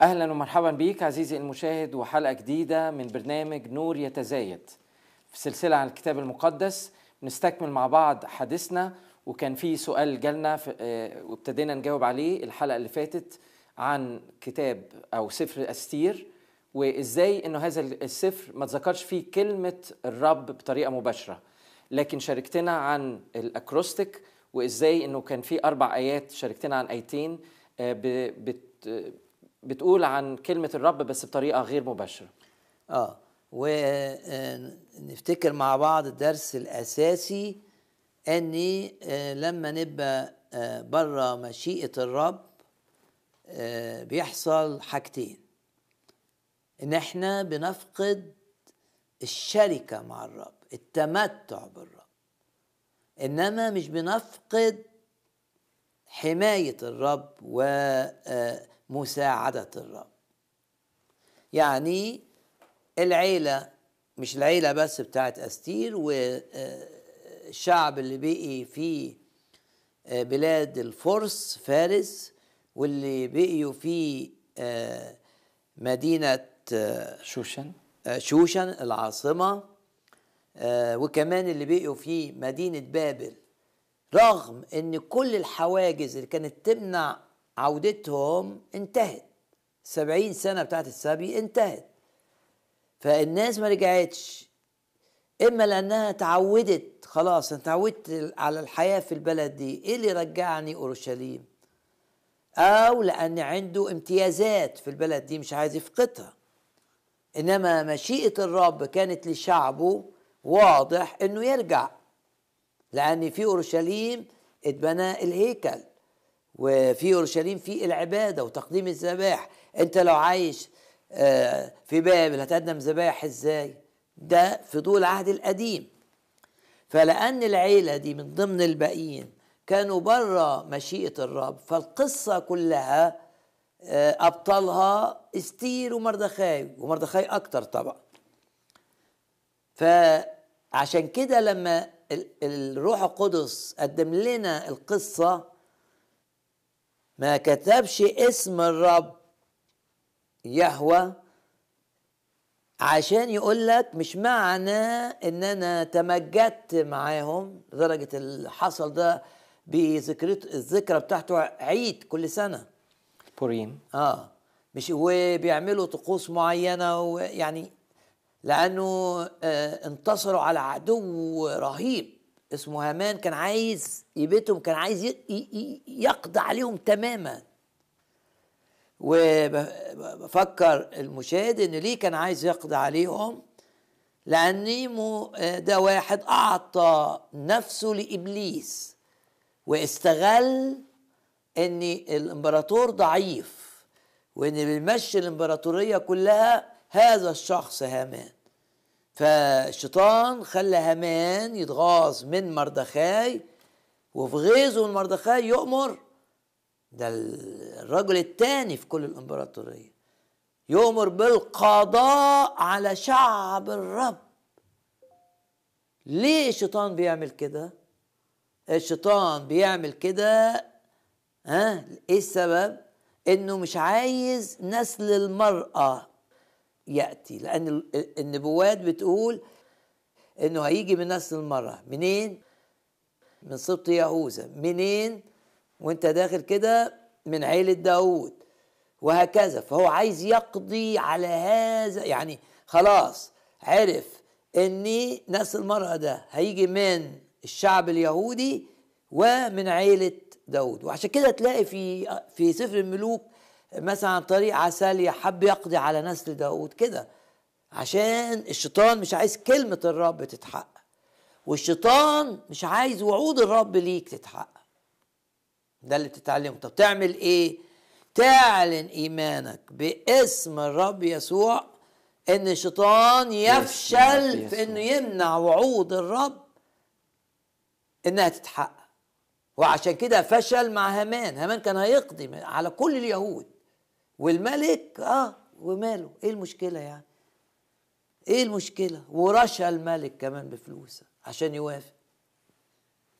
أهلا ومرحبا بيك عزيزي المشاهد، وحلقة جديدة من برنامج نور يتزايد في سلسلة عن الكتاب المقدس. نستكمل مع بعض حديثنا، وكان في سؤال جالنا وابتدينا نجاوب عليه الحلقة اللي فاتت عن كتاب أو سفر أستير، وإزاي إنه هذا السفر ما تذكرش فيه كلمة الرب بطريقة مباشرة، لكن شاركتنا عن الأكروستيك، وإزاي إنه كان في 4 آيات، شاركتنا عن آيتين بتقول عن كلمة الرب بس بطريقة غير مباشرة. ونفتكر مع بعض الدرس الأساسي أني لما نبقى برا مشيئة الرب بيحصل حاجتين: إن احنا بنفقد الشركة مع الرب، التمتع بالرب، إنما مش بنفقد حماية الرب ومساعدة الرب. يعني العيلة، مش العيلة بس بتاعت أستير والشعب اللي بقي في بلاد الفرس فارس، واللي بقيوا في مدينة شوشن العاصمة، وكمان اللي بقيوا في مدينة بابل، رغم ان كل الحواجز اللي كانت تمنع عودتهم انتهت. 70 سنة بتاعت السبي انتهت، فالناس ما رجعتش، اما لانها تعودت، خلاص انا تعودت على الحياة في البلد دي، ايه اللي رجعني اورشليم؟ او لان عنده امتيازات في البلد دي مش عايز يفقدها. انما مشيئة الرب كانت لشعبه واضح انه يرجع، لأن في أورشليم اتبنى الهيكل، وفي أورشليم في العبادة وتقديم الذبائح. أنت لو عايش في بابل هتقدم ذبائح إزاي؟ ده في ضوء العهد القديم. فلأن العيلة دي من ضمن الباقيين كانوا برا مشيئة الرب، فالقصة كلها أبطلها استير ومردخاي، ومردخاي أكتر طبعا. فعشان كده لما الروح القدس قدم لنا القصة ما كتبش اسم الرب يهوه، عشان يقول لك مش معنى ان انا تمجدت معاهم لدرجة اللي حصل ده الذكرى بتاعته عيد كل سنة بوريم. مش وبيعملوا طقوس معينة، ويعني لأنه انتصروا على عدو رهيب اسمه هامان، كان عايز يبيتهم، كان عايز يقضي عليهم تماما. وبفكر المشاهد إنه ليه كان عايز يقضي عليهم، لأن ده واحد أعطى نفسه لإبليس واستغل إن الإمبراطور ضعيف، وإن بيمشي الإمبراطورية كلها هذا الشخص هامان. فالشيطان خلى هامان يتغاظ من مردخاي، وفي غيظه من مردخاي يؤمر، ده الرجل الثاني في كل الامبراطورية، يؤمر بالقضاء على شعب الرب. ليه الشيطان بيعمل كده؟ الشيطان بيعمل كده ايه السبب؟ انه مش عايز نسل المرأة يأتي، لأن النبوات بتقول إنه هيجي من نسل المرأة. منين؟ من سبط يهوذا. منين؟ وانت داخل كده من عيلة داود، وهكذا. فهو عايز يقضي على هذا، يعني خلاص عرف إن نسل المرأة ده هيجي من الشعب اليهودي ومن عيلة داود. وعشان كده تلاقي في سفر الملوك مثلا عن طريق عساليا حب يقضي على نسل داود كده، عشان الشيطان مش عايز كلمة الرب تتحقق، والشيطان مش عايز وعود الرب ليك تتحقق. ده اللي بتتعلمه. طب تعمل ايه؟ تعلن ايمانك باسم الرب يسوع، ان الشيطان يفشل في انه يمنع وعود الرب انها تتحقق. وعشان كده فشل مع هامان. هامان كان هيقضي على كل اليهود، والملك وماله، ايه المشكلة يعني؟ ايه المشكلة؟ ورشى الملك كمان بفلوسه عشان يوافق.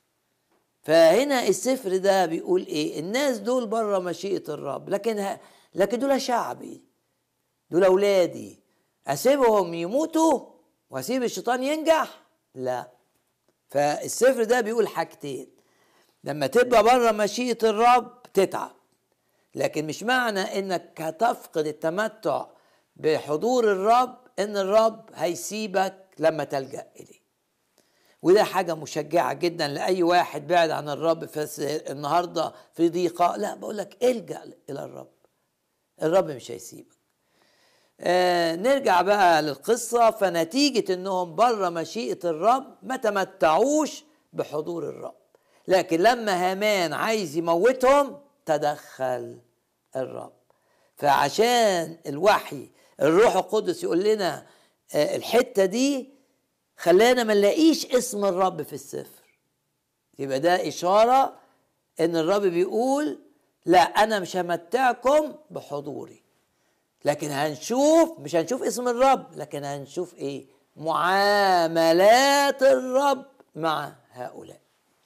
فهنا السفر ده بيقول ايه؟ الناس دول بره مشيئة الرب، لكن دول شعبي، دول أولادي، أسيبهم يموتوا وأسيب الشيطان ينجح؟ لا. فالسفر ده بيقول حاجتين: لما تبقى بره مشيئة الرب تتعب، لكن مش معنى انك هتفقد التمتع بحضور الرب ان الرب هيسيبك لما تلجأ اليه. وده حاجة مشجعة جدا لأي واحد بعد عن الرب في النهاردة في ضيقة. لا، بقول لك الجأ إلى الرب، الرب مش هيسيبك. نرجع بقى للقصة. فنتيجة انهم بره مشيئة الرب ما تمتعوش بحضور الرب، لكن لما هامان عايز يموتهم تدخل الرب. فعشان الوحي الروح القدس يقول لنا الحتة دي، خلانا ما نلاقيش اسم الرب في السفر. يبقى ده إشارة ان الرب بيقول لا، انا مش همتعكم بحضوري، لكن مش هنشوف اسم الرب، لكن هنشوف ايه؟ معاملات الرب مع هؤلاء.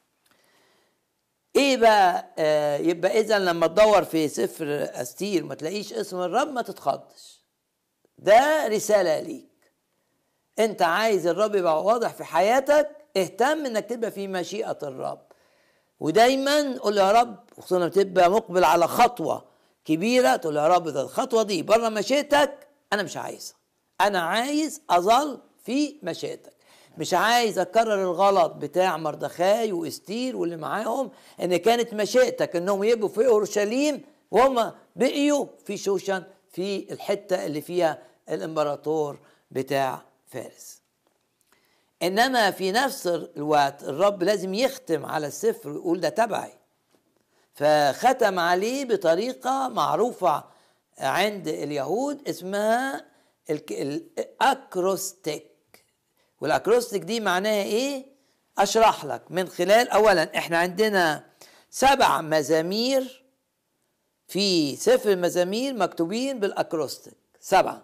ايه بقى؟ يبقى اذا لما تدور في سفر استير ما تلاقيش اسم الرب ما تتخضش. ده رسالة ليك. انت عايز الرب يبقى واضح في حياتك، اهتم انك تبقى في مشيئة الرب. ودايما قول يا رب، خصوصا لما تبقى مقبل على خطوة كبيرة، تقول يا رب ده الخطوة دي بره مشيئتك انا مش عايزها، انا عايز اظل في مشيئتك. مش عايز اكرر الغلط بتاع مردخاي واستير واللي معاهم، ان كانت مشيئتك انهم يبقوا في اورشليم وهم بقيوا في شوشن، في الحتة اللي فيها الامبراطور بتاع فارس. انما في نفس الوقت الرب لازم يختم على السفر ويقول ده تبعي، فختم عليه بطريقة معروفة عند اليهود اسمها الأكروستيك. والأكروستيك دي معناها ايه؟ اشرح لك من خلال، اولا احنا عندنا 7 مزامير في سفر المزامير مكتوبين بالأكروستيك 7.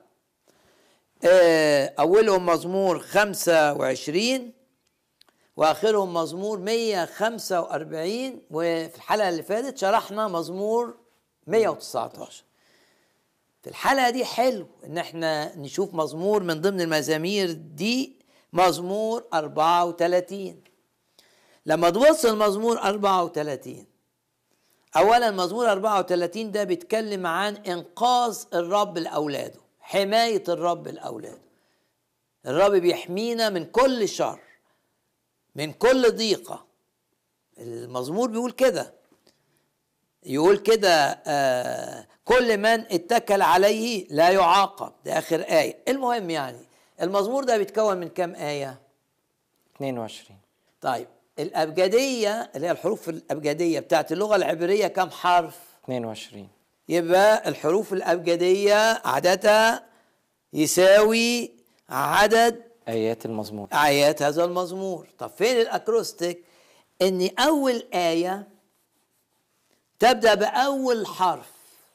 اولهم مزمور 25 واخرهم مزمور 145، وفي الحلقة اللي فاتت شرحنا مزمور 119. في الحلقة دي حلو ان احنا نشوف مزمور من ضمن المزامير دي، مزمور 34. لما تبص المزمور 34، اولا مزمور 34 ده بيتكلم عن انقاذ الرب لاولاده، حماية الرب لاولاده. الرب بيحمينا من كل شر، من كل ضيقة. المزمور بيقول كده، يقول كده كل من اتكل عليه لا يعاقب. ده آخر آية. المهم يعني المزمور ده بيتكون من كم آية؟ 22. طيب الأبجدية اللي هي الحروف الأبجدية بتاعت اللغة العبرية كم حرف؟ 22. يبقى الحروف الأبجدية عددها يساوي عدد آيات المزمور. آيات هذا المزمور. طب فين الأكروستيك؟ إن أول آية تبدأ بأول حرف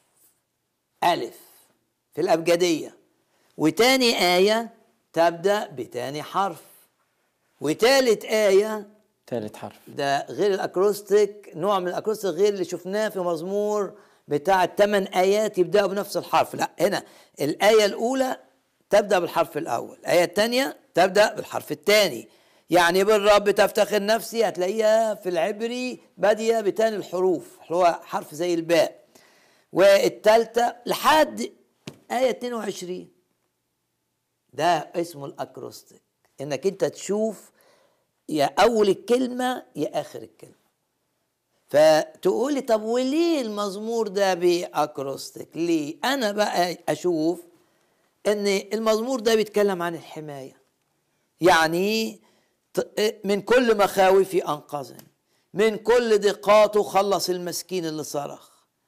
ألف في الأبجدية، وتاني آية تبدأ بتاني حرف، وتالت آية ثالث حرف. ده غير الأكروستيك، نوع من الأكروستيك غير اللي شفناه في مزمور بتاع 8 آيات يبدأوا بنفس الحرف. لا، هنا الآية الأولى تبدأ بالحرف الأول، الآية الثانية تبدأ بالحرف الثاني. يعني بالرب تفتخر نفسي هتلاقيها في العبري بادية بتاني الحروف، هو حرف زي الباء. والثالثة لحد آية 22 ده اسمه الأكروستيك، إنك أنت تشوف يا أول الكلمة يا آخر الكلمة. فتقولي طب وليه المزمور ده بأكروستيك؟ ليه؟ أنا بقى أشوف ان المزمور ده بيتكلم عن الحماية. يعني من كل مخاوفي انقذني، من كل ضيقاته خلص المسكين اللي صرخ.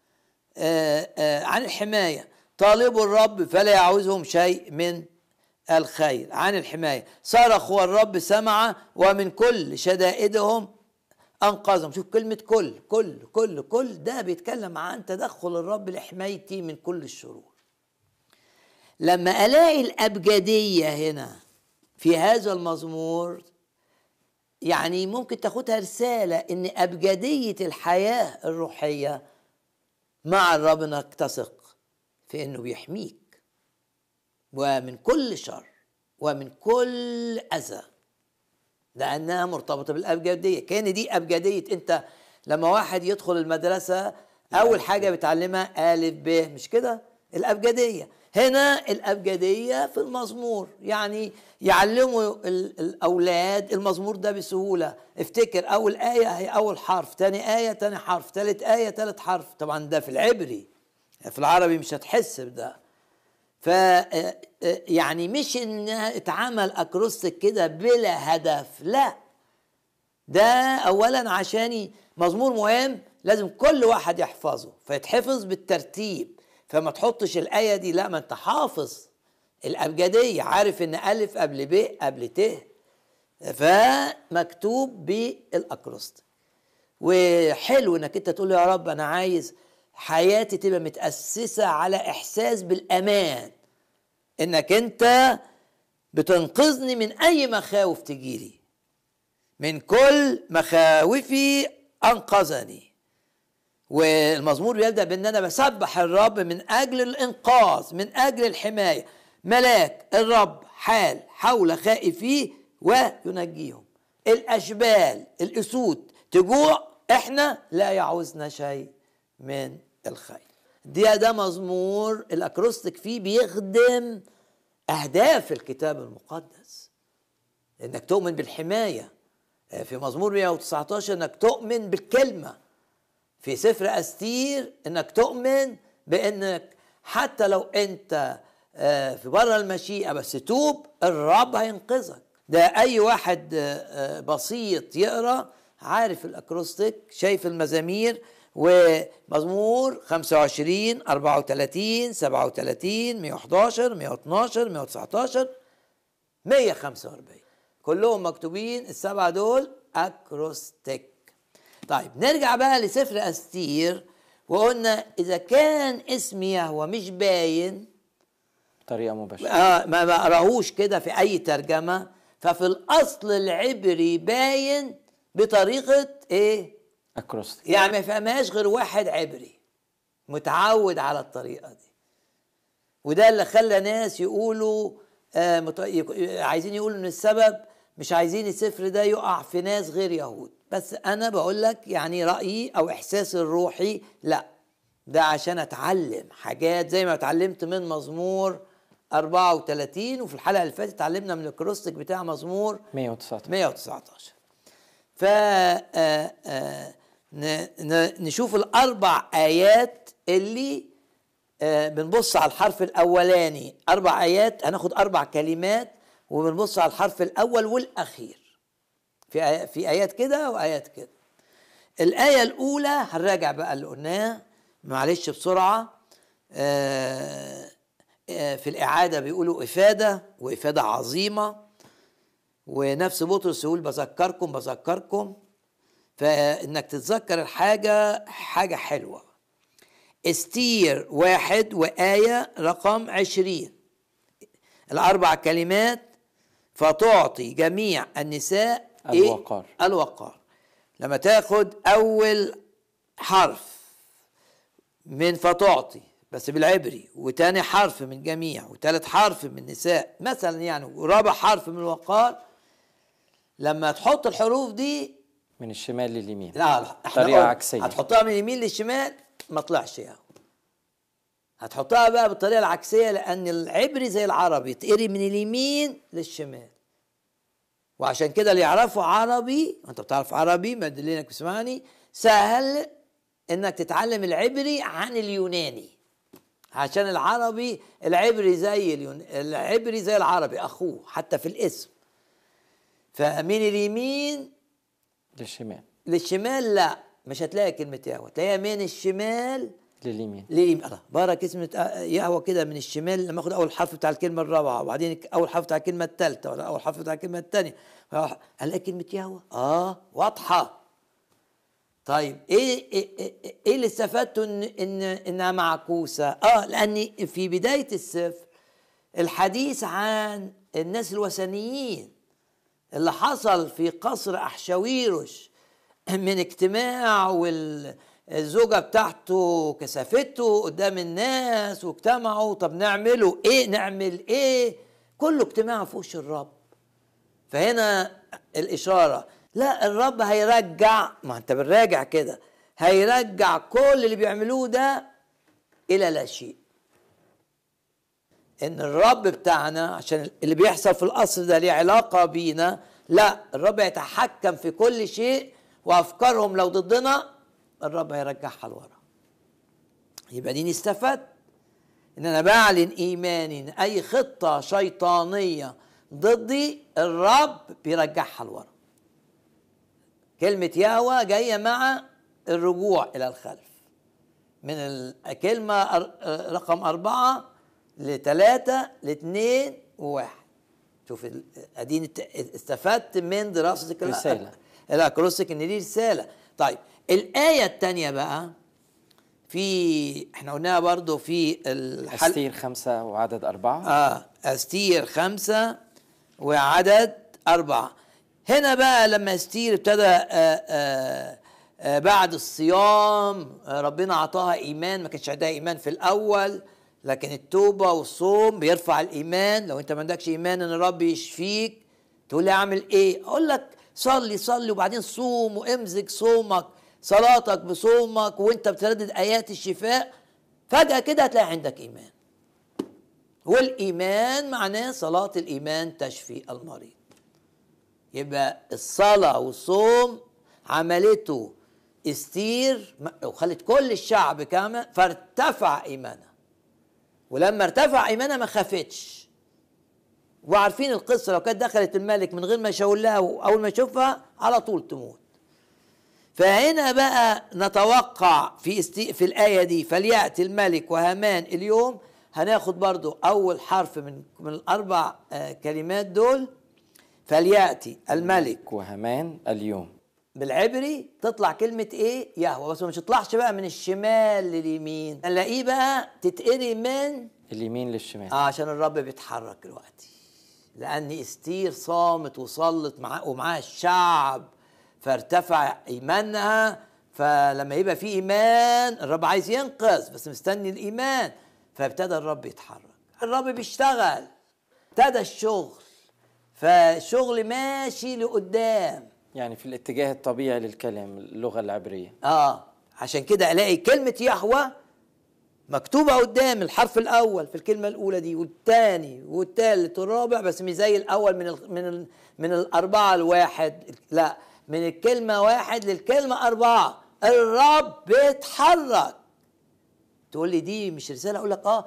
عن الحماية، طالبوا الرب فلا يعوزهم شيء من الخير. عن الحماية، صرخوا والرب سمع ومن كل شدائدهم انقذهم. شوف كلمة كل كل كل كل ده بيتكلم عن تدخل الرب لحمايتي من كل الشرور. لما ألاقي الأبجدية هنا في هذا المزمور، يعني ممكن تاخدها رسالة إن أبجدية الحياة الروحية مع الرب إنك تثق في انه بيحميك ومن كل شر ومن كل اذى، لانها مرتبطه بالابجديه. كان دي ابجديه. انت لما واحد يدخل المدرسه اول حاجه بتعلمها الف ب، مش كده؟ الابجديه. هنا الابجديه في المزمور، يعني يعلموا الاولاد المزمور ده بسهوله. افتكر اول ايه هي اول حرف، تاني ايه تاني حرف، تالت ايه تالت حرف. طبعا ده في العبري، في العربي مش هتحس بده. ف يعني مش ان اتعمل اكروستيك كده بلا هدف، لا، ده اولا عشان مزمور مهم لازم كل واحد يحفظه، فيتحفظ بالترتيب. فما تحطش الايه دي، لا، ما انت حافظ الابجديه، عارف ان الف قبل ب قبل ت، فمكتوب بالاكروستيك. وحلو انك انت تقول يا رب انا عايز حياتي تبقى متاسسه على احساس بالامان، انك انت بتنقذني من اي مخاوف تجيلي، من كل مخاوفي انقذني. والمزمور بيبدا بان انا بسبح الرب من اجل الانقاذ، من اجل الحمايه. ملاك الرب حال حول خائفيه وينجيهم. الاشبال الاسود تجوع، احنا لا يعوزنا شيء من الخير. ده مزمور الاكروستيك فيه بيخدم اهداف الكتاب المقدس، انك تؤمن بالحمايه. في مزمور 119 انك تؤمن بالكلمه. في سفر استير انك تؤمن بانك حتى لو انت في بره المشيئه بس توب الرب هينقذك. ده اي واحد بسيط يقرا عارف الاكروستيك، شايف المزامير. ومزمور 25 34 37 111 112 119 145 كلهم مكتوبين، السبعه دول اكروستيك. طيب نرجع بقى لسفر استير، وقلنا اذا كان اسم يهوه مش باين طريقه مباشره، ما بقراهوش كده في اي ترجمه، ففي الاصل العبري باين بطريقه ايه؟ اكروستيك. يعني ما يفهمهاش غير واحد عبري متعود على الطريقه دي. وده اللي خلى ناس يقولوا عايزين يقولوا ان السبب مش عايزين السفر ده يقع في ناس غير يهود. بس انا بقول لك يعني رايي او احساسي الروحي، لا، ده عشان اتعلم حاجات زي ما اتعلمت من مزمور 34، وفي الحلقه اللي فاتت اتعلمنا من الكروستيك بتاع مزمور 119. ف نشوف الاربع ايات اللي بنبص على الحرف الاولاني. 4 ايات، هناخد 4 كلمات وبنبص على الحرف الاول والاخير. في ايات كده وايات كده. الايه الاولى هنراجع بقى اللي قلناه معلش بسرعه. في الاعاده بيقولوا افاده، وافاده عظيمه. ونفس بطرس يقول بذكركم. فانك تتذكر الحاجه حاجه حلوه. استير 1 وآية رقم 20. ال4 كلمات: فتعطي جميع النساء الوقار. الوقار. لما تاخد أول حرف من فتعطي بس بالعبري، وتاني حرف من جميع، وتالت حرف من نساء مثلا يعني، ورابع حرف من الوقار، لما تحط الحروف دي من الشمال لليمين، لا طريقة عكسية، هتحطها من اليمين للشمال ما طلعش يعني. هتحطها بقى بالطريقه العكسيه، لان العبري زي العربي تقري من اليمين للشمال. وعشان كده اللي يعرفوا عربي، انت بتعرف عربي مدلينك بسمعني، سهل انك تتعلم العبري عن اليوناني، عشان العبري زي العربي اخوه حتى في الاسم. فمن اليمين للشمال لا، مش هتلاقي كلمه يهوه، تلاقيها من الشمال لليمين. الله بارك اسم يهوه كده من الشمال. لما اخد اول حرف بتاع الكلمه الرابعه، وبعدين اول حرف بتاع الكلمه الثالثه، ولا اول حرف بتاع الكلمه الثانيه، الاقي كلمه يهوه واضحه. طيب ايه اللي استفدته انها معكوسه؟ لان في بدايه السفر الحديث عن الناس الوثنيين اللي حصل في قصر احشاويروش من اجتماع الزوجة بتاعته كسفته قدام الناس واجتمعوا، طب نعمله ايه؟ نعمل ايه؟ كله اجتماع في وش الرب. فهنا الإشارة، لا الرب هيرجع، ما انت بنراجع كده، هيرجع كل اللي بيعملوه ده إلى لا شيء. إن الرب بتاعنا عشان اللي بيحصل في القصر ده ليه علاقة بينا، لا الرب يتحكم في كل شيء، وأفكارهم لو ضدنا الرب هيرجعها لورا. يبقى دي نستفاد إن أنا بعلن إيماني إن أي خطة شيطانية ضدي الرب بيرجعها لورا. كلمة يهوه جاية مع الرجوع إلى الخلف، من الكلمة رقم 4 ل3 ل2 و1. شوف اديني استفدت من دراستك الأكروستيك ان دي رسالة. طيب الآية الثانية بقى، في احنا قلناها برضو في أستير 5 وعدد 4. أستير 5 وعدد 4. هنا بقى لما أستير ابتدى بعد الصيام ربنا عطاها إيمان، ما كانش عندها إيمان في الأول، لكن التوبة والصوم بيرفع الإيمان. لو أنت ما عندكش إيمان إن الرب يشفيك تقول لي أعمل إيه؟ أقول لك صلي صلي، وبعدين صوم وامزج صومك صلاتك بصومك وأنت بتردد آيات الشفاء، فجأة كده هتلاقي عندك إيمان. والإيمان معناه صلاة الإيمان تشفي المريض. يبقى الصلاة والصوم عملته استير وخلت كل الشعب كمان فارتفع إيمانها، ولما ارتفع إيمانها ما خافتش. وعارفين القصة، لو كانت دخلت الملك من غير ما يشاور لها وأول ما يشوفها على طول تموت. فهنا بقى نتوقع في الآية دي فليأتي الملك وهامان اليوم. هناخد برضو أول حرف من الأربع كلمات دول، فليأتي الملك وهامان اليوم. بالعبري تطلع كلمة ايه؟ يهوه، بس مش تطلعش بقى من الشمال لليمين، نلاقيه بقى تتقري من اليمين للشمال. عشان الرب بيتحرك دلوقتي، لأن استير صامت وصلت ومعاها الشعب فارتفع إيمانها. فلما يبقى في إيمان الرب عايز ينقذ بس مستني الإيمان، فابتدى الرب يتحرك. الرب بيشتغل، ابتدى الشغل، فالشغل ماشي لقدام، يعني في الاتجاه الطبيعي للكلام اللغة العبرية. عشان كده الاقي كلمة يهوه مكتوبة قدام الحرف الأول في الكلمة الأولى دي، والثاني والثالث والرابع، بس مش زي الأول من الأربعة الواحد، لا من الكلمة واحد للكلمة 4. الرب بيتحرك. تقول لي دي مش رسالة؟ أقول لك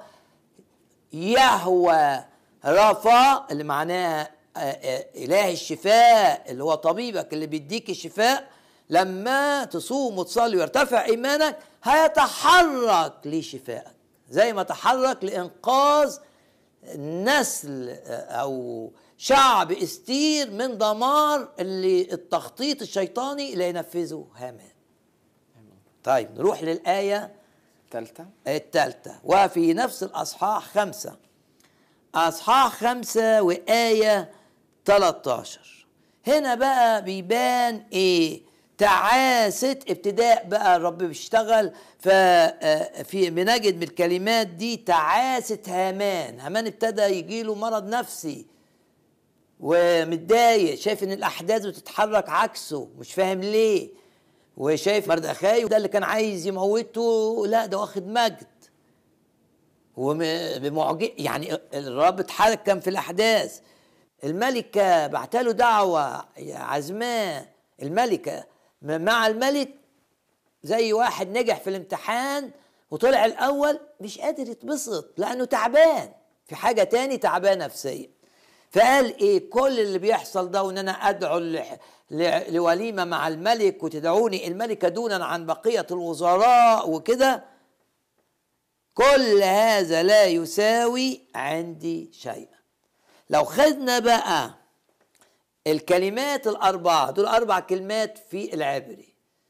يهوه رفا اللي معناها إله الشفاء، اللي هو طبيبك اللي بيديك الشفاء. لما تصوم وتصلي ويرتفع إيمانك هيتحرك لشفائك، زي ما تحرك لإنقاذ نسل أو شعب استير من دمار اللي التخطيط الشيطاني اللي ينفذه هامان. طيب نروح للآية الثالثة وفي نفس الأصحاح 5، أصحاح 5 وآية 13. هنا بقى بيبان إيه؟ تعاسة ابتداء بقى الرب بيشتغل. ففي بنجد بالكلمات دي تعاسة هامان ابتدى يجيله مرض نفسي ومتضايق، شايف ان الاحداث بتتحرك عكسه مش فاهم ليه، وشايف مردخاي وده اللي كان عايز يموته لا ده واخد مجد وبمعجزة. يعني الرب اتحكم في الاحداث. الملكة بعتله دعوة عزماه، الملكة مع الملك زي واحد نجح في الامتحان وطلع الأول مش قادر يتبسط لأنه تعبان في حاجة تاني، تعبان نفسيا. فقال إيه؟ كل اللي بيحصل ده وإن أنا أدعو لوليمة مع الملك وتدعوني الملكة دونا عن بقية الوزراء وكده، كل هذا لا يساوي عندي شيئا. لو خدنا بقى الكلمات الأربعة دول 4 كلمات في العبري،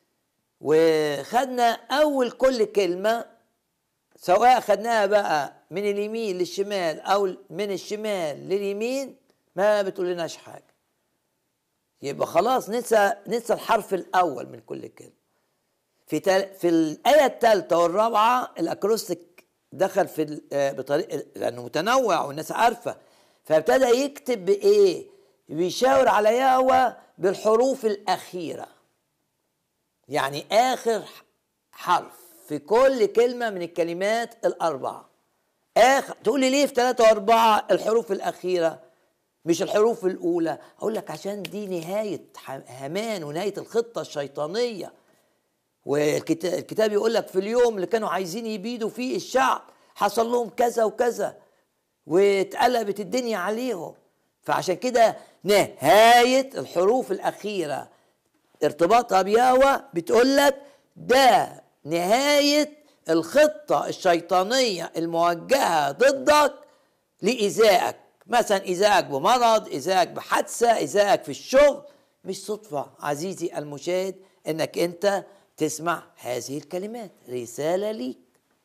وخدنا أول كل كلمة سواء خدناها بقى من اليمين للشمال أو من الشمال لليمين ما بتقول لناش حاجة. يبقى خلاص ننسى الحرف الأول من كل كلمة. في الآية الثالثة والرابعة الأكروستيك دخل في بطريقة، لأنه متنوع والناس عارفة، فابتدى يكتب بإيه؟ بيشاور على يهوه بالحروف الأخيرة، يعني آخر حرف في كل كلمة من الكلمات الأربعة. تقول لي ليه في 3 و4 الحروف الأخيرة مش الحروف الأولى؟ أقول لك عشان دي نهاية هامان ونهاية الخطة الشيطانية. والكتاب يقول لك في اليوم اللي كانوا عايزين يبيدوا فيه الشعب حصل لهم كذا وكذا واتقلبت الدنيا عليهم. فعشان كده نهاية الحروف الأخيرة ارتباطها بيهوه بتقول لك ده نهاية الخطة الشيطانية الموجهة ضدك لإيذائك، مثلا إيذائك بمرض، إيذائك بحادثة، إيذائك في الشغل. مش صدفة عزيزي المشاهد إنك أنت تسمع هذه الكلمات، رسالة ليك.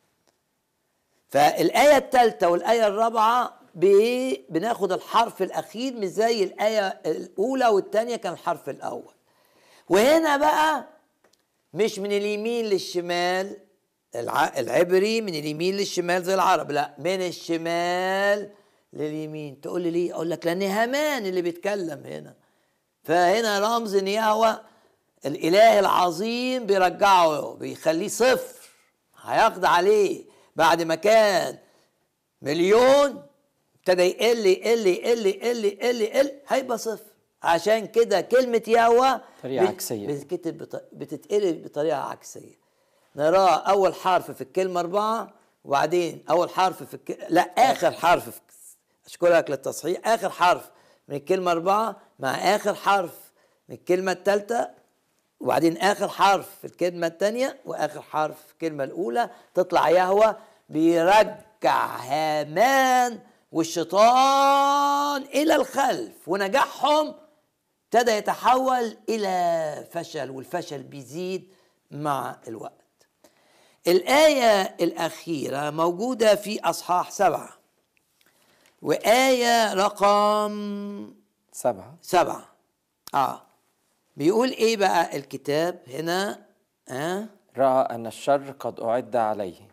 فالآية الثالثة والآية الرابعة بناخد الحرف الأخير، مش زي الآية الأولى والثانية كان الحرف الأول. وهنا بقى مش من اليمين للشمال، العبري من اليمين للشمال زي العرب، لا من الشمال لليمين. تقول لي ليه؟ أقول لك لأن هامان اللي بيتكلم هنا. فهنا رمز إن يهوه الإله العظيم بيرجعه، بيخليه صفر، هيقضي عليه بعد ما كان مليون ابتدى يقل يقل يقل يقل يقل يقل هيبقى صفر. عشان كده كلمة يهوه طريقة عكسية بتتقلب بطريقة عكسية. نراه أول حرف في الكلمة 4، وبعدين أول حرف في آخر حرف أشكرك للتصحيح، آخر حرف من الكلمة 4 مع آخر حرف من الكلمة الثالثة، وبعدين آخر حرف في الكلمة الثانية وآخر حرف في الكلمة الأولى. تطلع يهوه بيرجع هامان والشيطان إلى الخلف، ونجاحهم ابتدى يتحول إلى فشل، والفشل بيزيد مع الوقت. الآية الأخيرة موجودة في أصحاح 7 وآية رقم 7. بيقول إيه بقى الكتاب هنا؟ رأى أن الشر قد أعد عليه.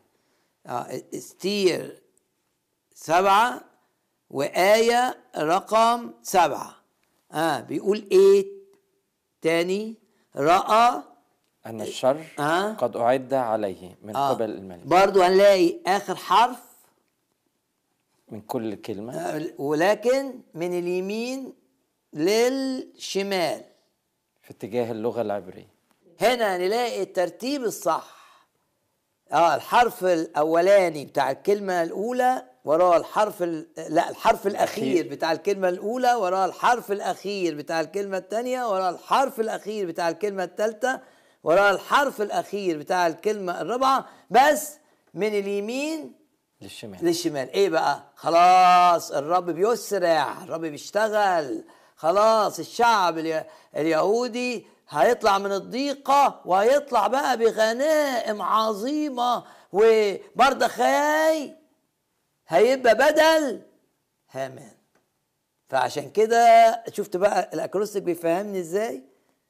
استير 7 وآية رقم 7. بيقول إيه تاني؟ رأى أن الشر قد أعد عليه من قبل الملك. برضو هنلاقي آخر حرف من كل كلمة، ولكن من اليمين للشمال في اتجاه اللغة العبرية. هنا نلاقي الترتيب الصح. الحرف الأولاني بتاع الكلمة الأولى وراه الحرف الأخير بتاع الكلمة الأولى وراه الحرف الأخير بتاع الكلمة الثانية وراه الحرف الأخير بتاع الكلمة الثالثة وراه الحرف الأخير بتاع الكلمة الرابعة، بس من اليمين للشمال. إيه بقى؟ خلاص الرب بيسرع، الرب بيشتغل، خلاص الشعب اليهودي هيطلع من الضيقة وهيطلع بقى بغنائم عظيمة، ومردخاي هيبقى بدل هامان. فعشان كده شفت بقى الأكروستيك بيفهمني ازاي؟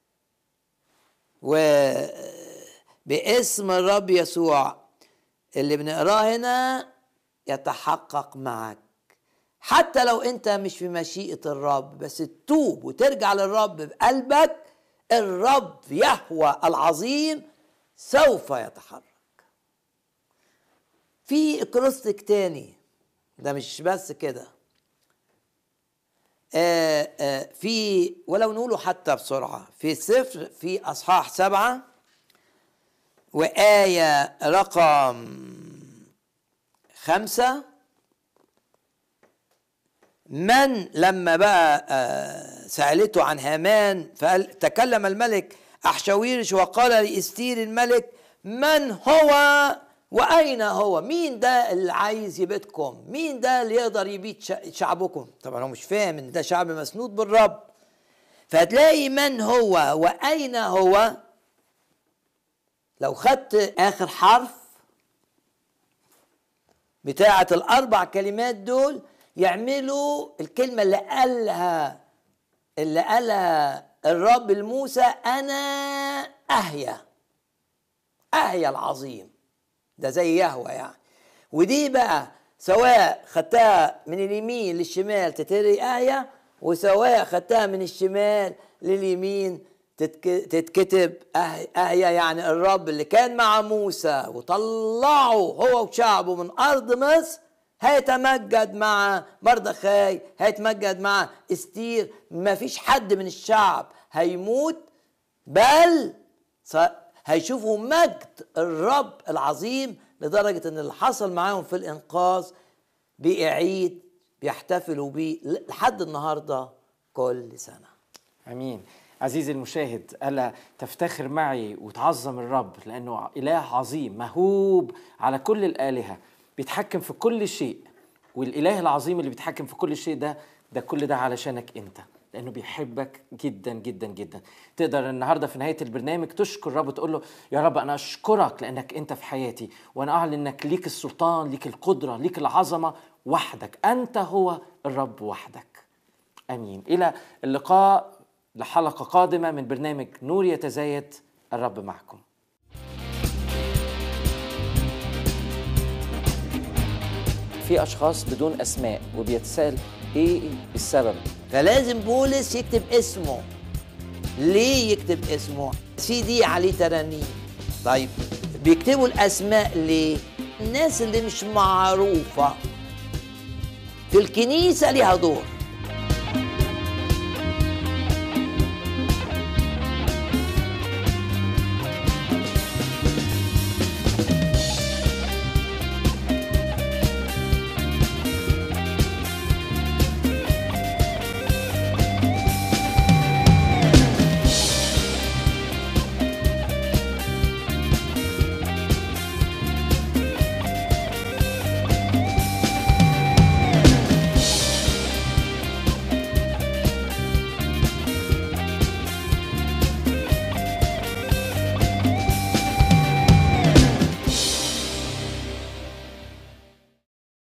وباسم الرب يسوع اللي بنقراه هنا يتحقق معك، حتى لو انت مش في مشيئة الرب، بس تتوب وترجع للرب بقلبك، الرب يهوه العظيم سوف يتحرك. في اكروستيك تاني ده مش بس كده، في ولو نقوله حتى بسرعة في سفر في أصحاح 7 وآية رقم 5. من لما بقى سألته عن هامان فقال تكلم الملك أحشاويرش وقال لإستير الملك من هو وأين هو؟ مين ده اللي عايز يبيدكم؟ مين ده اللي يقدر يبيد شعبكم؟ طبعا هو مش فاهم ان ده شعب مسنود بالرب. فهتلاقي من هو وأين هو لو خدت آخر حرف بتاعة ال4 كلمات دول يعملوا الكلمة اللي قالها الرب لموسى أنا أهيا. أهيا العظيم، ده زي يهوى يعني. ودي بقى سواء خدتها من اليمين للشمال تتري أهيا، وسواء خدتها من الشمال لليمين تتكتب أهيا، يعني الرب اللي كان مع موسى وطلعه هو وشعبه من أرض مصر هيتمجد مع مردخاي، هيتمجد مع استير. ما فيش حد من الشعب هيموت، بل هيشوفوا مجد الرب العظيم، لدرجة ان اللي حصل معاهم في الانقاذ بيعيد بيحتفلوا بيه لحد النهاردة كل سنة. امين. عزيزي المشاهد، ألا تفتخر معي وتعظم الرب، لأنه إله عظيم مهوب على كل الآلهة، بيتحكم في كل شيء. والإله العظيم اللي بيتحكم في كل شيء ده كل ده علشانك أنت، لأنه بيحبك جدا جدا جدا. تقدر النهاردة في نهاية البرنامج تشكر الرب وتقول له يا رب أنا أشكرك لأنك أنت في حياتي، وأنا أعلن أنك ليك السلطان، ليك القدرة، ليك العظمة وحدك، أنت هو الرب وحدك. أمين. إلى اللقاء لحلقة قادمة من برنامج نور يتزايد. الرب معكم. في أشخاص بدون أسماء وبيتسأل إيه السبب، فلازم بولس يكتب اسمه. ليه يكتب اسمه؟ CD عليه ترانيم. طيب بيكتبوا الأسماء ليه؟ الناس اللي مش معروفة في الكنيسة ليها دور.